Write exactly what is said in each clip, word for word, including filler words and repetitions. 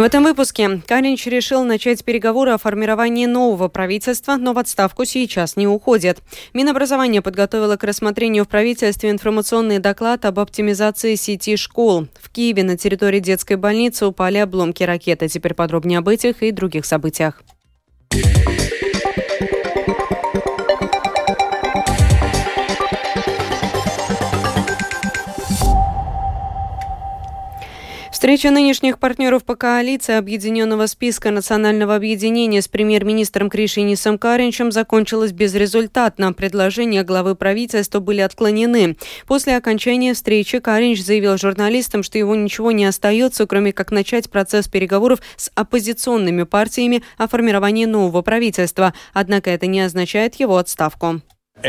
В этом выпуске Каринч решил начать переговоры о формировании нового правительства, но в отставку сейчас не уходит. Минобразование подготовило к рассмотрению в правительстве информационный доклад об оптимизации сети школ. В Киеве на территории детской больницы упали обломки ракеты. Теперь подробнее об этих и других событиях. Встреча нынешних партнеров по коалиции Объединенного списка национального объединения с премьер-министром Кришинисом Каринчем закончилась безрезультатно. Предложения главы правительства были отклонены. После окончания встречи Каринч заявил журналистам, что его ничего не остается, кроме как начать процесс переговоров с оппозиционными партиями о формировании нового правительства. Однако это не означает его отставку.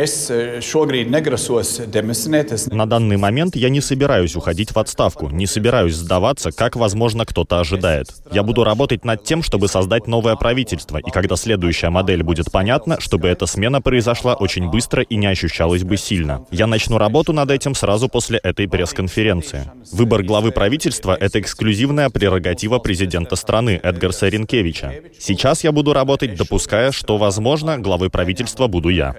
На данный момент я не собираюсь уходить в отставку, не собираюсь сдаваться, как, возможно, кто-то ожидает. Я буду работать над тем, чтобы создать новое правительство, и когда следующая модель будет понятна, чтобы эта смена произошла очень быстро и не ощущалась бы сильно. Я начну работу над этим сразу после этой пресс-конференции. Выбор главы правительства — это эксклюзивная прерогатива президента страны Эдгарса Ринкевича. Сейчас я буду работать, допуская, что, возможно, главой правительства буду я.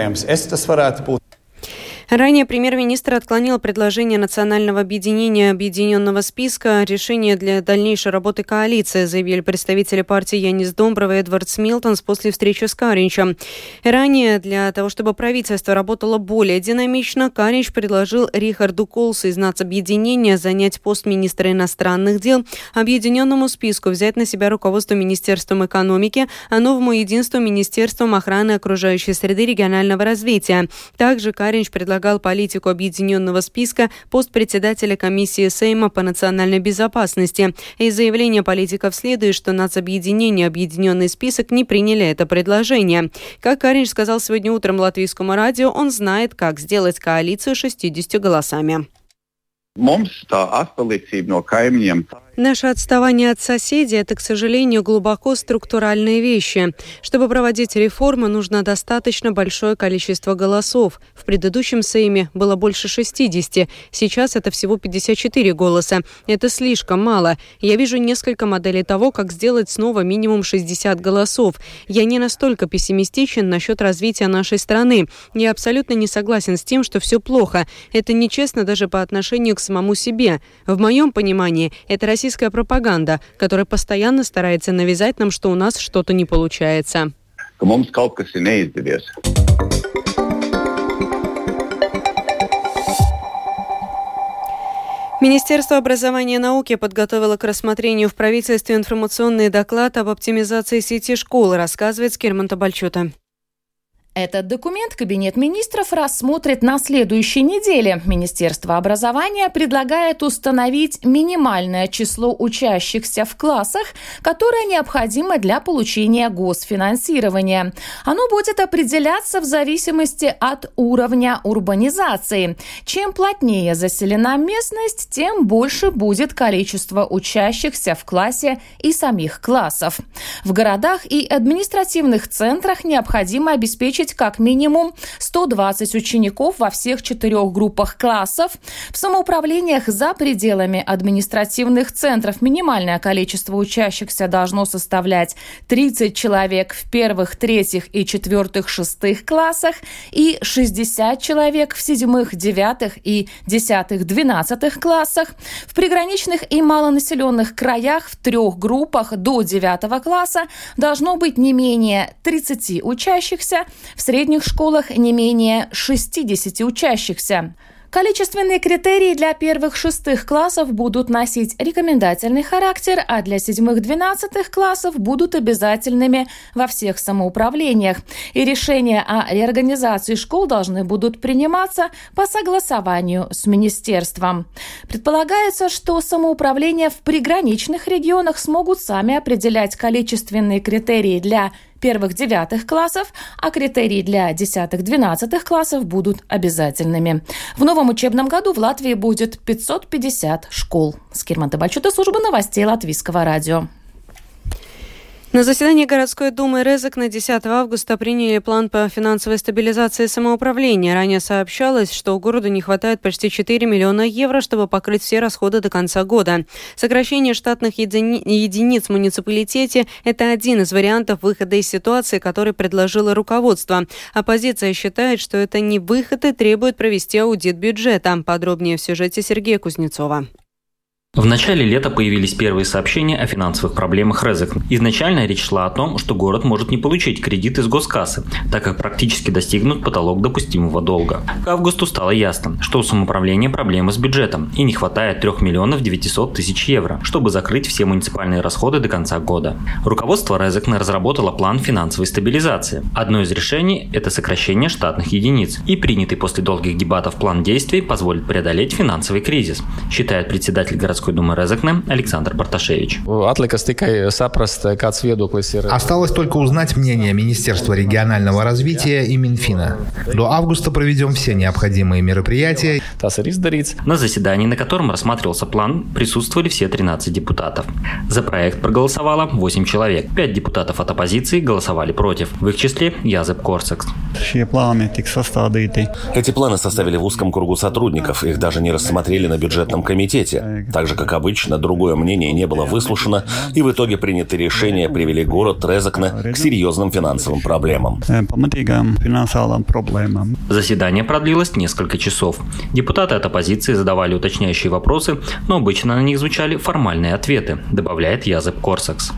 Ранее премьер-министр отклонил предложение Национального объединения Объединенного списка решение для дальнейшей работы коалиции, заявили представители партии Янис Домброва и Эдвард Смилтонс после встречи с Каринчем. Ранее для того, чтобы правительство работало более динамично, Каринч предложил Рихарду Колсу из нацобъединения занять пост министра иностранных дел, Объединенному списку взять на себя руководство Министерством экономики, а новому единству Министерством охраны окружающей среды и регионального развития. Также Каринч предложил предлагал политику Объединенного списка пост председателя комиссии Сейма по национальной безопасности. Из заявления политиков следует, что нацобъединение и Объединенный список не приняли это предложение. Как Каринч сказал сегодня утром латвийскому радио, он знает, как сделать коалицию шестьюдесятью голосами. Наше отставание от соседей – это, к сожалению, глубоко структуральные вещи. Чтобы проводить реформы, нужно достаточно большое количество голосов. В предыдущем Сейме было больше шестидесяти, сейчас это всего пятьдесят четыре голоса. Это слишком мало. Я вижу несколько моделей того, как сделать снова минимум шестьдесят голосов. Я не настолько пессимистичен насчет развития нашей страны. Я абсолютно не согласен с тем, что все плохо. Это нечестно даже по отношению к самому себе. В моем понимании, это Россия Российская пропаганда, которая постоянно старается навязать нам, что у нас что-то не получается. Министерство образования и науки подготовило к рассмотрению в правительстве информационный доклад об оптимизации сети школ, рассказывает Скирман Табальчута. Этот документ Кабинет министров рассмотрит на следующей неделе. Министерство образования предлагает установить минимальное число учащихся в классах, которое необходимо для получения госфинансирования. Оно будет определяться в зависимости от уровня урбанизации. Чем плотнее заселена местность, тем больше будет количество учащихся в классе и самих классов. В городах и административных центрах необходимо обеспечить как минимум сто двадцать учеников во всех четырех группах классов. В самоуправлениях за пределами административных центров минимальное количество учащихся должно составлять тридцать человек в первых, третьих и четвертых, шестых классах и шестьдесят человек в седьмых, девятых и десятых, двенадцатых классах. В приграничных и малонаселенных краях в трех группах до девятого класса должно быть не менее тридцати учащихся, в средних школах не менее шестидесяти учащихся. Количественные критерии для первых-шестых классов будут носить рекомендательный характер, а для седьмых-двенадцатых классов будут обязательными во всех самоуправлениях. И решения о реорганизации школ должны будут приниматься по согласованию с министерством. Предполагается, что самоуправления в приграничных регионах смогут сами определять количественные критерии для первых-девятых классов, а критерии для десятых-двенадцатых классов будут обязательными. В новом учебном году в Латвии будет пятьсот пятьдесят школ. Скирман Табальчута, служба новостей Латвийского радио. На заседании городской думы Резекне десятого августа приняли план по финансовой стабилизации самоуправления. Ранее сообщалось, что городу не хватает почти четыре миллиона евро, чтобы покрыть все расходы до конца года. Сокращение штатных едини- единиц в муниципалитете – это один из вариантов выхода из ситуации, который предложило руководство. Оппозиция считает, что это не выход и требует провести аудит бюджета. Подробнее в сюжете Сергея Кузнецова. В начале лета появились первые сообщения о финансовых проблемах Резекне. Изначально речь шла о том, что город может не получить кредит из госкассы, так как практически достигнут потолок допустимого долга. К августу стало ясно, что у самоуправления проблемы с бюджетом и не хватает трёх миллионов девятисот тысяч евро, чтобы закрыть все муниципальные расходы до конца года. Руководство Резекне разработало план финансовой стабилизации. Одно из решений – это сокращение штатных единиц. И принятый после долгих дебатов план действий позволит преодолеть финансовый кризис, считает председатель городской думы Резекне Александр Барташевич. Осталось только узнать мнение Министерства регионального развития и Минфина. До августа проведем все необходимые мероприятия. На заседании, на котором рассматривался план, присутствовали все тринадцать депутатов. За проект проголосовало восемь человек. пять депутатов от оппозиции голосовали против. В их числе Язеп Корсакс. Эти планы составили в узком кругу сотрудников. Их даже не рассмотрели на бюджетном комитете. Так же, как обычно, другое мнение не было выслушано, и в итоге принятые решения привели город Резекне к серьезным финансовым проблемам. Заседание продлилось несколько часов. Депутаты от оппозиции задавали уточняющие вопросы, но обычно на них звучали формальные ответы, добавляет Язеп Корсакс.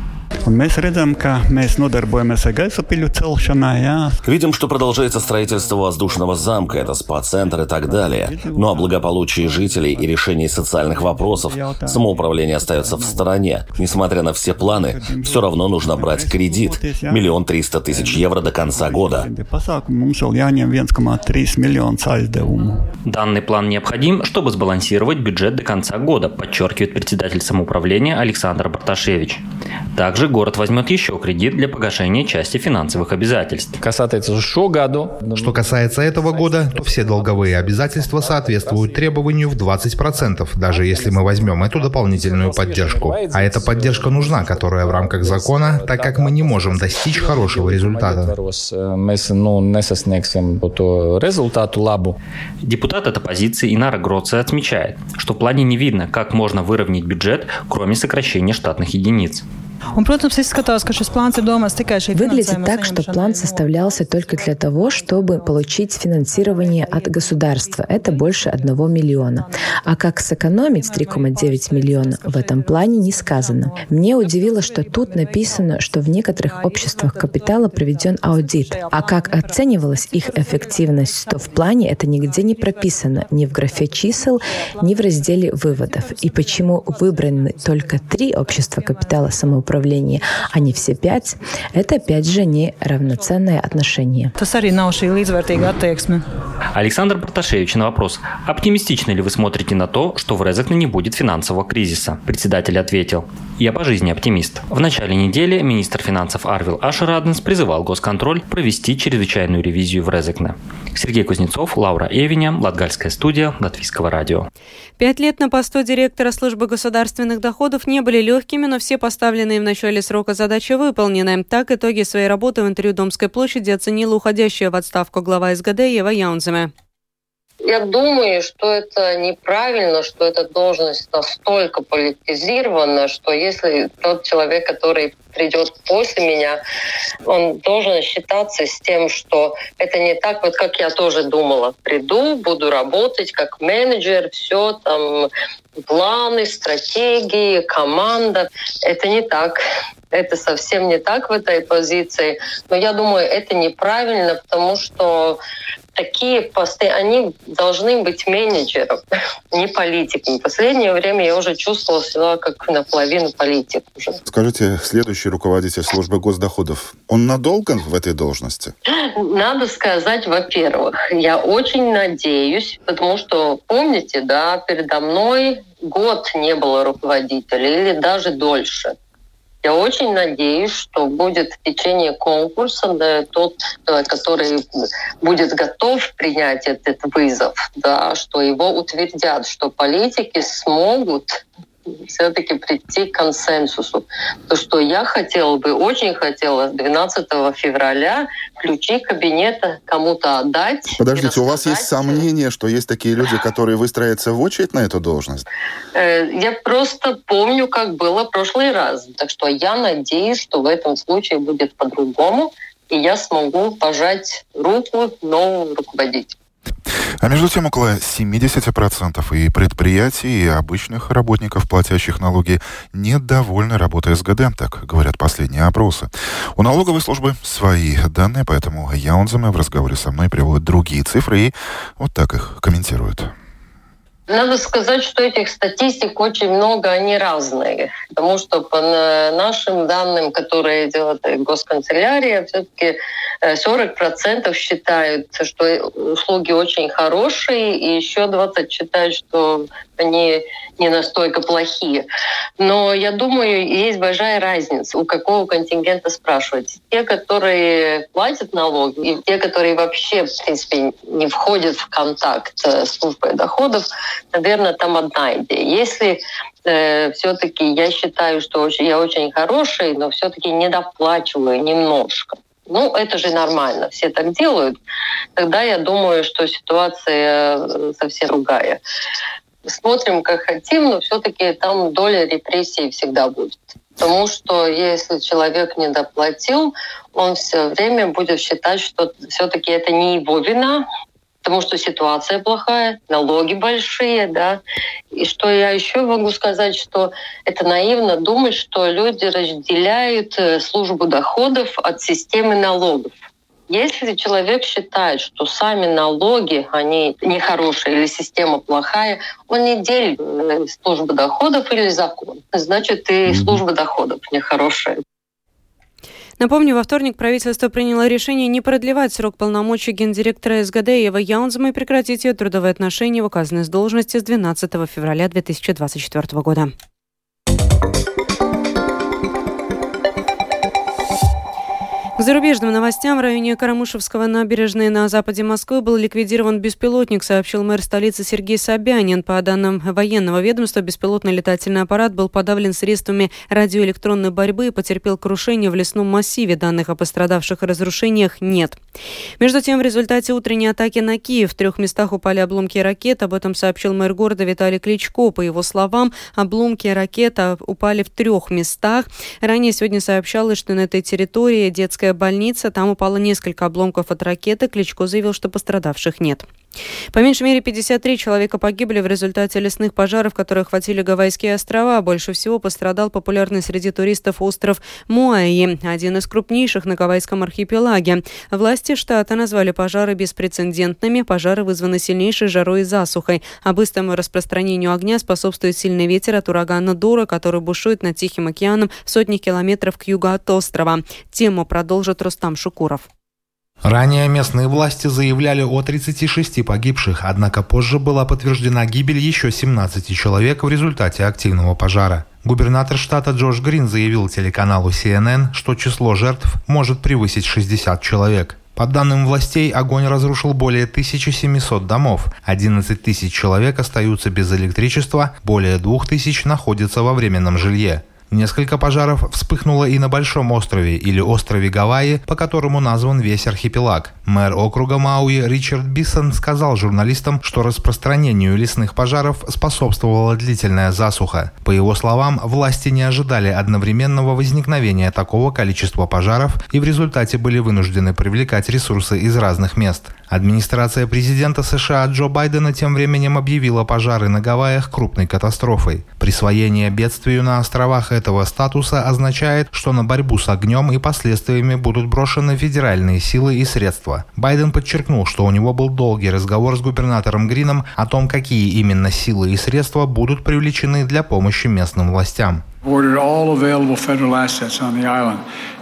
Видим, что продолжается строительство воздушного замка, это спа-центр и так далее. Но о благополучии жителей и решении социальных вопросов самоуправление остается в стороне. Несмотря на все планы, все равно нужно брать кредит. Миллион триста тысяч евро до конца года. Данный план необходим, чтобы сбалансировать бюджет до конца года, подчеркивает председатель самоуправления Александр Барташевич. Также город возьмет еще кредит для погашения части финансовых обязательств. Что касается этого года, то все долговые обязательства соответствуют требованию в двадцать процентов, даже если мы возьмем эту дополнительную поддержку. А эта поддержка нужна, которая в рамках закона, так как мы не можем достичь хорошего результата. Депутат от оппозиции Инара Гроце отмечает, что в плане не видно, как можно выровнять бюджет, кроме сокращения штатных единиц. Выглядит так, что план составлялся только для того, чтобы получить финансирование от государства. Это больше одного миллиона. А как сэкономить три целых девять миллиона, в этом плане не сказано. Мне удивило, что тут написано, что в некоторых обществах капитала проведен аудит. А как оценивалась их эффективность, то в плане это нигде не прописано, ни в графе чисел, ни в разделе выводов. И почему выбраны только три общества капитала самоуправления, а не все пять, это опять же не равноценное отношение. Александр Барташевич на вопрос, оптимистично ли вы смотрите на то, что в Резекне не будет финансового кризиса? Председатель ответил, я по жизни оптимист. В начале недели министр финансов Арвил Ашераденс призывал госконтроль провести чрезвычайную ревизию в Резекне. Сергей Кузнецов, Лаура Эвиня, Латгальская студия, Латвийского радио. Пять лет на посту директора службы государственных доходов не были легкими, но все поставленные в начале срока задачи выполнены. Так итоги своей работы в интервью Домской площади оценила уходящая в отставку глава СГД Ева Яунземе. Я думаю, что это неправильно, что эта должность настолько политизирована, что если тот человек, который придет после меня, он должен считаться с тем, что это не так, вот как я тоже думала. Приду, буду работать как менеджер, все там, планы, стратегии, команда. Это не так. Это совсем не так в этой позиции. Но я думаю, это неправильно, потому что такие посты, они должны быть менеджером, не политиком. В последнее время я уже чувствовала себя как наполовину политик уже. Скажите, следующий руководитель службы госдоходов, он надолго в этой должности? Надо сказать, во-первых, я очень надеюсь, потому что, помните, да, передо мной год не было руководителя или даже дольше. Я очень надеюсь, что будет в течение конкурса, да, тот, который будет готов принять этот вызов, да, что его утвердят, что политики смогут все-таки прийти к консенсусу. То, что я хотела бы, очень хотела двенадцатого февраля ключи кабинета кому-то отдать. Подождите, у вас есть сомнения, что есть такие люди, которые выстроятся в очередь на эту должность? Я просто помню, как было в прошлый раз. Так что я надеюсь, что в этом случае будет по-другому, и я смогу пожать руку новому руководителю. А между тем, около семьдесят процентов и предприятий, и обычных работников, платящих налоги, недовольны работой эс гэ дэ, так говорят последние опросы. У налоговой службы свои данные, поэтому Яунземе в разговоре со мной приводит другие цифры и вот так их комментирует. Надо сказать, что этих статистик очень много, они разные. Потому что по нашим данным, которые делает госканцелярия, все-таки сорок процентов считают, что услуги очень хорошие, и еще двадцать процентов считают, что они не настолько плохие. Но я думаю, есть большая разница, у какого контингента спрашивать. Те, которые платят налоги, и те, которые вообще, в принципе, не входят в контакт с службой доходов, наверное, там одна идея. Если э, все-таки я считаю, что очень, я очень хороший, но все-таки недоплачиваю немножко, ну, это же нормально, все так делают, тогда я думаю, что ситуация совсем другая. Смотрим, как хотим, но все-таки там доля репрессий всегда будет. Потому что если человек не доплатил, он все время будет считать, что все-таки это не его вина, потому что ситуация плохая, налоги большие, да. И что я еще могу сказать, что это наивно думать, что люди разделяют службу доходов от системы налогов. Если человек считает, что сами налоги, они нехорошие или система плохая, он не делит службу доходов или закон. Значит, и служба доходов нехорошая. Напомню, во вторник правительство приняло решение не продлевать срок полномочий гендиректора эс гэ дэ Евы Яунземе и прекратить ее трудовые отношения в указанной должности с двенадцатого февраля две тысячи двадцать четвёртого года. К зарубежным новостям. В районе Карамышевского набережной на западе Москвы был ликвидирован беспилотник, сообщил мэр столицы Сергей Собянин. По данным военного ведомства, беспилотный летательный аппарат был подавлен средствами радиоэлектронной борьбы и потерпел крушение в лесном массиве. Данных о пострадавших и разрушениях нет. Между тем, в результате утренней атаки на Киев в трех местах упали обломки ракет. Об этом сообщил мэр города Виталий Кличко. По его словам, обломки ракет упали в трех местах. Ранее сегодня сообщалось, что на этой территории детская больница, там упало несколько обломков от ракеты. Кличко заявил, что пострадавших нет. По меньшей мере пятьдесят три человека погибли в результате лесных пожаров, которые охватили Гавайские острова. Больше всего пострадал популярный среди туристов остров Муаи, один из крупнейших на Гавайском архипелаге. Власти штата назвали пожары беспрецедентными. Пожары вызваны сильнейшей жарой и засухой. А быстрому распространению огня способствует сильный ветер от урагана Дора, который бушует над Тихим океаном в сотни километров к югу от острова. Тему продолжит Рустам Шукуров. Ранее местные власти заявляли о тридцати шести погибших, однако позже была подтверждена гибель еще семнадцати человек в результате активного пожара. Губернатор штата Джош Грин заявил телеканалу си эн эн, что число жертв может превысить шестьдесят человек. По данным властей, огонь разрушил более тысячи семисот домов, одиннадцать тысяч человек остаются без электричества, более двух тысяч находятся во временном жилье. Несколько пожаров вспыхнуло и на Большом острове, или острове Гавайи, по которому назван весь архипелаг. Мэр округа Мауи Ричард Биссон сказал журналистам, что распространению лесных пожаров способствовала длительная засуха. По его словам, власти не ожидали одновременного возникновения такого количества пожаров и в результате были вынуждены привлекать ресурсы из разных мест. Администрация президента США Джо Байдена тем временем объявила пожары на Гавайях крупной катастрофой. Присвоение бедствию на островах этого статуса означает, что на борьбу с огнем и последствиями будут брошены федеральные силы и средства. Байден подчеркнул, что у него был долгий разговор с губернатором Грином о том, какие именно силы и средства будут привлечены для помощи местным властям.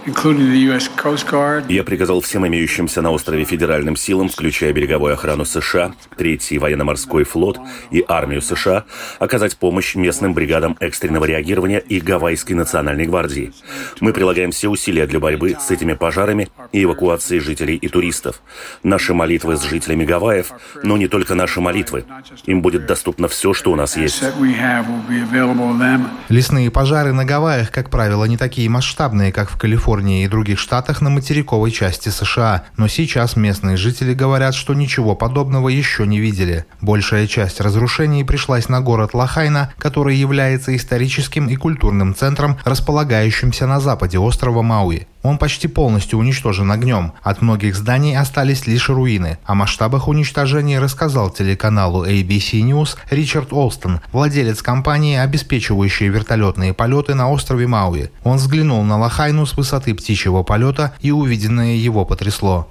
Я приказал всем имеющимся на острове федеральным силам, включая береговую охрану США, Третий военно-морской флот и армию США, оказать помощь местным бригадам экстренного реагирования и Гавайской национальной гвардии. Мы прилагаем все усилия для борьбы с этими пожарами и эвакуации жителей и туристов. Наши молитвы с жителями Гавайев, но не только наши молитвы. Им будет доступно все, что у нас есть. Лесные пожары на Гавайях, как правило, не такие масштабные, как в Калифорнии и других штатах на материковой части США. Но сейчас местные жители говорят, что ничего подобного еще не видели. Большая часть разрушений пришлась на город Лахайна, который является историческим и культурным центром, располагающимся на западе острова Мауи. Он почти полностью уничтожен огнем. От многих зданий остались лишь руины. О масштабах уничтожения рассказал телеканалу эй би си News Ричард Олстон, владелец компании, обеспечивающей вертолетные полеты на острове Мауи. Он взглянул на Лахайну с высоты птичьего полета, и увиденное его потрясло.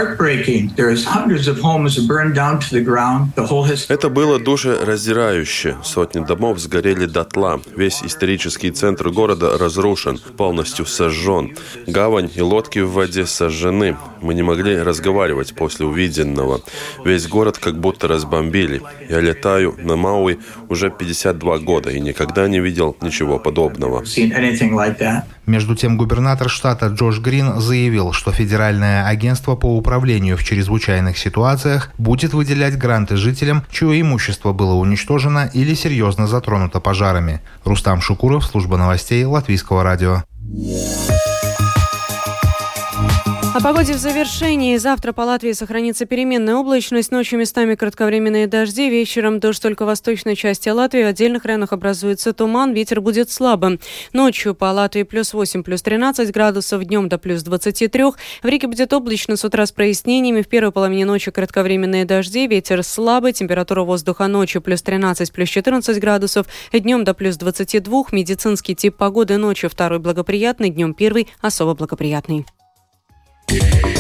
Это было душераздирающе. Сотни домов сгорели дотла. Весь исторический центр города разрушен, полностью сожжен. Гавань и лодки в воде сожжены. Мы не могли разговаривать после увиденного. Весь город как будто разбомбили. Я летаю на Мауи уже пятьдесят два года и никогда не видел ничего подобного. Между тем, губернатор штата Джош Грин заявил, что Федеральное агентство по управлению в чрезвычайных ситуациях будет выделять гранты жителям, чье имущество было уничтожено или серьезно затронуто пожарами. Рустам Шукуров, служба новостей Латвийского радио. О погоде в завершении. Завтра по Латвии сохранится переменная облачность, ночью местами кратковременные дожди, вечером дождь только в восточной части Латвии, в отдельных районах образуется туман, ветер будет слабым. Ночью по Латвии плюс восемь, плюс тринадцать градусов, днем до плюс двадцати трёх. В Риге будет облачно с утра с прояснениями, в первой половине ночи кратковременные дожди, ветер слабый, температура воздуха ночью плюс тринадцать, плюс четырнадцать градусов, днем до плюс двадцати двух. Медицинский тип погоды: ночью второй благоприятный, днем первый особо благоприятный. Yeah.